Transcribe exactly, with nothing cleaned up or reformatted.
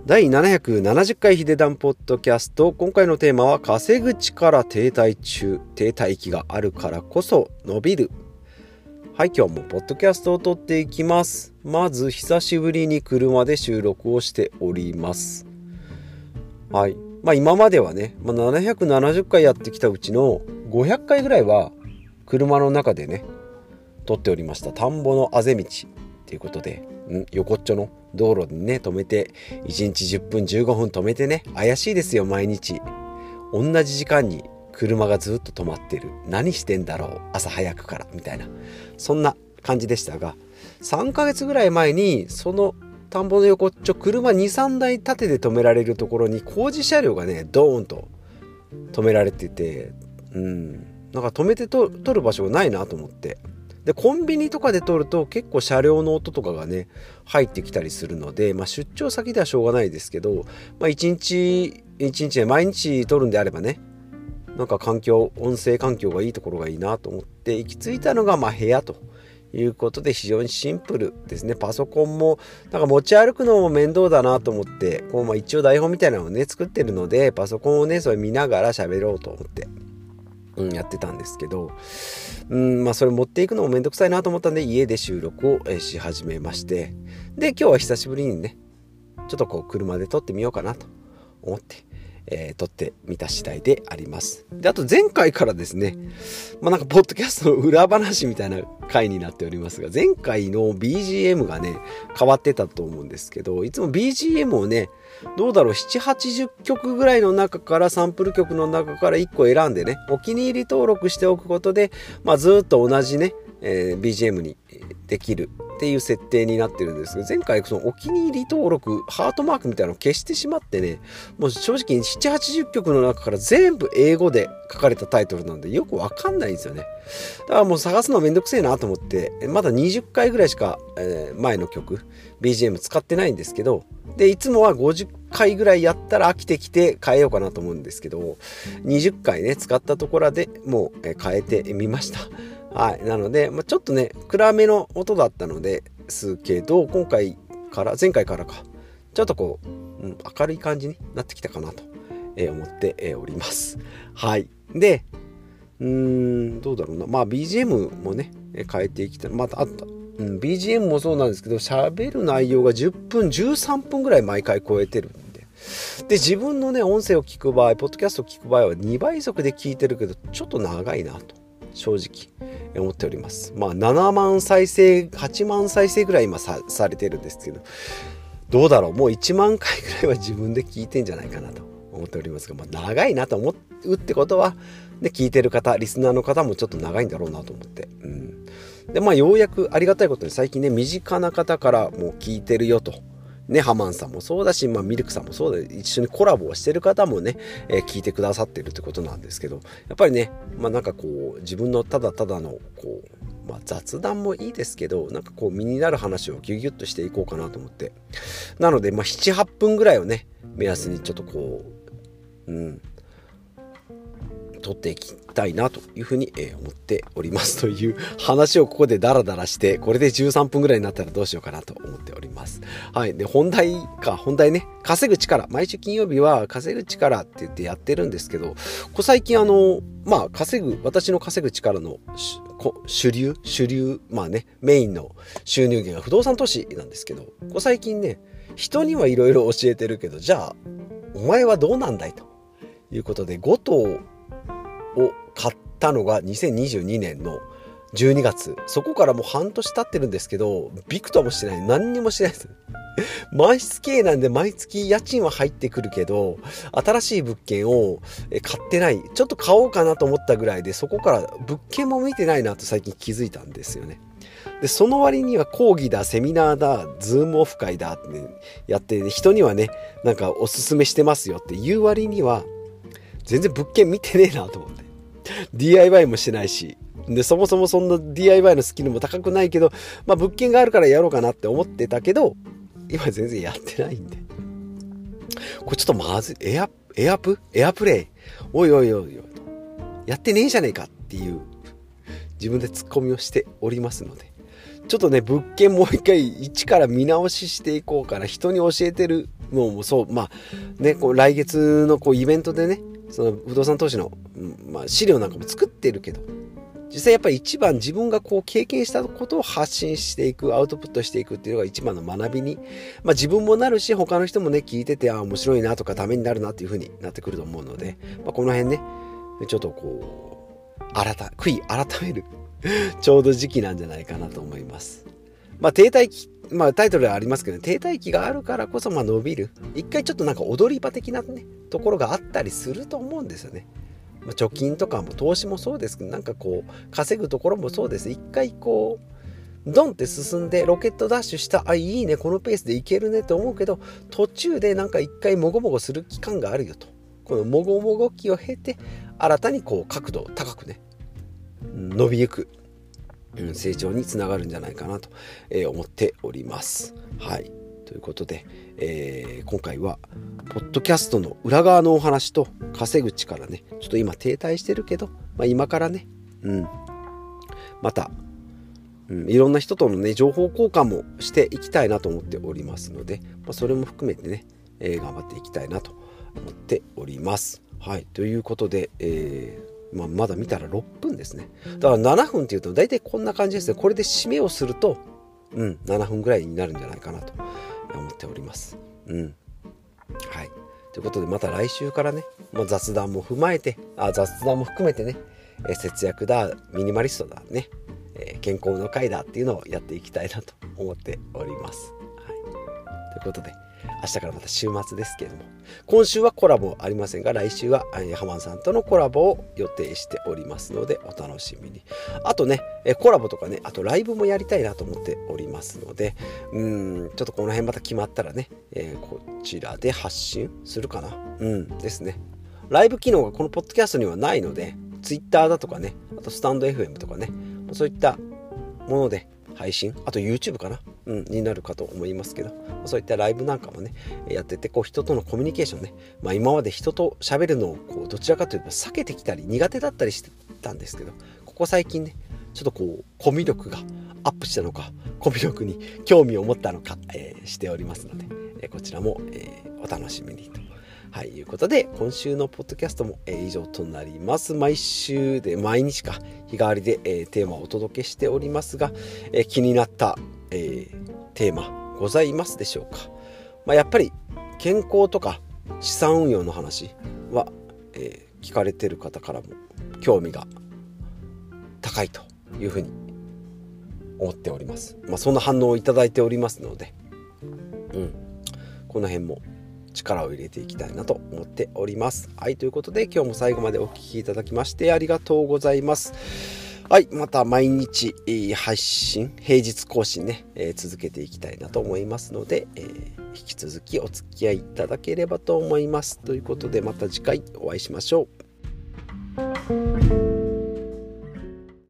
だいななひゃくななじゅっかいヒデダンポッドキャスト。今回のテーマは稼ぐ力停滞中、停滞期があるからこそ伸びる。はい、今日もポッドキャストを撮っていきます。まず久しぶりに車で収録をしております。はい、まあ今まではね、まあ、ななひゃくななじゅっかいやってきたうちのごひゃっかいぐらいは車の中でね撮っておりました。田んぼのあぜ道ということで、ん横っちょの道路にね止めていちにちじゅっぷんじゅうごふん止めてね、怪しいですよ。毎日同じ時間に車がずっと止まってる、何してんだろう朝早くからみたいな、そんな感じでしたが、さんかげつぐらい前にその田んぼの横っちょ車 にさんだい立てで止められるところに工事車両がねドーンと止められてて、うんなんか止めてと撮る場所がないなと思って、でコンビニとかで撮ると結構車両の音とかがね入ってきたりするので、まあ、出張先ではしょうがないですけど、まあ、いちにちいちにちね毎日撮るんであればね、なんか環境音声環境がいいところがいいなと思って行き着いたのがまあ部屋ということで、非常にシンプルですね。パソコンもなんか持ち歩くのも面倒だなと思って、こうまあ一応台本みたいなのをね作ってるので、パソコンをねそれ見ながら喋ろうと思って、うん、やってたんですけど、うんまあそれ持っていくのもめんどくさいなと思ったんで、家で収録をし始めまして、で今日は久しぶりにねちょっとこう車で撮ってみようかなと思って、えー、撮ってみた次第であります。であと前回からですね、まあなんかポッドキャストの裏話みたいな回になっておりますが、前回の ビージーエム がね変わってたと思うんですけど、いつも ビージーエム をねどうだろうななじゅうはちじゅっきょくぐらいの中からサンプル曲の中からいっこ選んでねお気に入り登録しておくことで、まあ、ずっと同じね、えー、ビージーエム にできるっていう設定になってるんですが、前回そのお気に入り登録ハートマークみたいなのを消してしまってね、もう正直ななじゅうはちじゅっきょくの中から全部英語で書かれたタイトルなんでよくわかんないんですよね。だからもう探すのめんどくせえなと思って、まだにじゅっかいぐらいしか、えー、前の曲 ビージーエム 使ってないんですけど、でいつもはごじゅっかいぐらいやったら飽きてきて変えようかなと思うんですけど、にじゅっかいね使ったところでもう変えてみました。はい、なので、まあ、ちょっとね暗めの音だったのですけど、今回から前回からかちょっとこう、うん、明るい感じになってきたかなと思っております。はい。でうーんどうだろうな、まあ ビージーエム もね変えていきたい。またあった、うん、ビージーエム もそうなんですけど、喋る内容がじゅっぷんじゅうさんぷんぐらい毎回超えてるんで、で自分のね音声を聞く場合、ポッドキャストを聞く場合はにばい速で聞いてるけどちょっと長いなと正直思っております。まあななまん再生はちまん再生ぐらい今 さ, されてるんですけど、どうだろう、もういちまんかいぐらいは自分で聞いてんじゃないかなと思っておりますが、まあ、長いなと思うってことはで聞いてる方、リスナーの方もちょっと長いんだろうなと思って、うん、でまあようやくありがたいことに最近ね身近な方からも聞いてるよとね、ハマンさんもそうだし、まあ、ミルクさんもそうで一緒にコラボをしてる方もね、えー、聞いてくださってるってことなんですけど、やっぱりね、まあ、なんかこう自分のただただのこう、まあ、雑談もいいですけど、なんかこう身になる話をギュギュッとしていこうかなと思って、なので、まあ、ななはっぷんぐらいをね目安にちょっとこううん撮っていきたいなというふうに思っておりますという話をここでダラダラして、これでじゅうさんぷんぐらいになったらどうしようかなと思っております。はい。で本題か本題ね、稼ぐ力、毎週金曜日は稼ぐ力って言ってやってるんですけど、こ最近あのまあ稼ぐ私の稼ぐ力の主流主流まあねメインの収入源が不動産投資なんですけど、こ最近ね人にはいろいろ教えてるけど、じゃあお前はどうなんだいということでごとうを買ったのがにせんにじゅうにねんのじゅうにがつ、そこからもう半年経ってるんですけど、ビクともしてない、何にもしてないです。満室経営なんで毎月家賃は入ってくるけど、新しい物件を買ってない、ちょっと買おうかなと思ったぐらいで、そこから物件も見てないなと最近気づいたんですよね。でその割には講義だ、セミナーだ、ズームオフ会だって、ね、やって、ね、人にはねなんかおすすめしてますよっていう割には全然物件見てねえなと思って、 ディーアイワイ もしないし、でそもそもそんな ディーアイワイ のスキルも高くないけど、まあ、物件があるからやろうかなって思ってたけど、今全然やってないんで、これちょっとまずい、エアエアプエアプレイおいおいおいおいやってねえじゃねえかっていう自分でツッコミをしておりますので、 ちょっとね物件もう一回一から見直ししていこうから、人に教えてるのもそう、まあね、こう来月のこうイベントでね、その不動産投資の、まあ、資料なんかも作ってるけど、実際やっぱり一番自分がこう経験したことを発信していく、アウトプットしていくっていうのが一番の学びに、まあ、自分もなるし、他の人もね聞いてて、あ面白いなとかためになるなっていう風になってくると思うので、まあ、この辺ねちょっとこう改悔い改めるちょうど時期なんじゃないかなと思います。まあ停滞期、まあタイトルはありますけど、ね、停滞期があるからこそまあ伸びる、一回ちょっとなんか踊り場的なねところがあったりすると思うんですよね。まあ、貯金とかも投資もそうですけど、なんかこう稼ぐところもそうです。一回こうドンって進んでロケットダッシュした、あいいねこのペースでいけるねと思うけど、途中でなんか一回もごもごする期間があるよと。このもごもご期を経て新たにこう角度高くね伸びゆく成長につながるんじゃないかなと思っております。はい、ということで、えー、今回はポッドキャストの裏側のお話と、稼ぐ力ね、ちょっと今停滞してるけど、まあ、今からね、うん、また、うん、いろんな人とのね情報交換もしていきたいなと思っておりますので、まあ、それも含めてね、えー、頑張っていきたいなと思っております。はい、ということで、えーまあ、まだ見たらろっぷんですね。だからななふんっていうと大体こんな感じですね。これで締めをすると、うん、ななふんぐらいになるんじゃないかなと思っております。うん。はい。ということでまた来週からね、まあ、雑談も踏まえて、あ雑談も含めてね、えー、節約だ、ミニマリストだね、えー、健康の会だっていうのをやっていきたいなと思っております。はい。ということで、明日からまた週末ですけれども、今週はコラボありませんが、来週はハマンさんとのコラボを予定しておりますのでお楽しみに。あとねコラボとかね、あとライブもやりたいなと思っておりますので、うーんちょっとこの辺また決まったらね、えー、こちらで発信するかな。うんですね。ライブ機能がこのポッドキャストにはないので、Twitter だとかね、あとスタンド エフエム とかね、そういったもので配信、あと YouTube かな、うん、になるかと思いますけど、そういったライブなんかもねやってて、こう人とのコミュニケーションね、まあ、今まで人と喋るのをこうどちらかというと避けてきたり苦手だったりしてたんですけど、ここ最近ねちょっとこうコミュ力がアップしたのか、コミュ力に興味を持ったのか、えー、しておりますので、えー、こちらも、えー、お楽しみにと、はい、いうことで、今週のポッドキャストも、えー、以上となります。毎週で毎日か日替わりで、えー、テーマをお届けしておりますが、えー、気になった、えー、テーマございますでしょうか。まあ、やっぱり健康とか資産運用の話は、えー、聞かれてる方からも興味が高いというふうに思っております。まあ、そんな反応をいただいておりますので、うん、この辺も力を入れていきたいなと思っております。はい、ということで今日も最後までお聞きいただきましてありがとうございます。はい、また毎日、えー、配信、平日更新ね、えー、続けていきたいなと思いますので、えー、引き続きお付き合いいただければと思います。ということでまた次回お会いしましょう。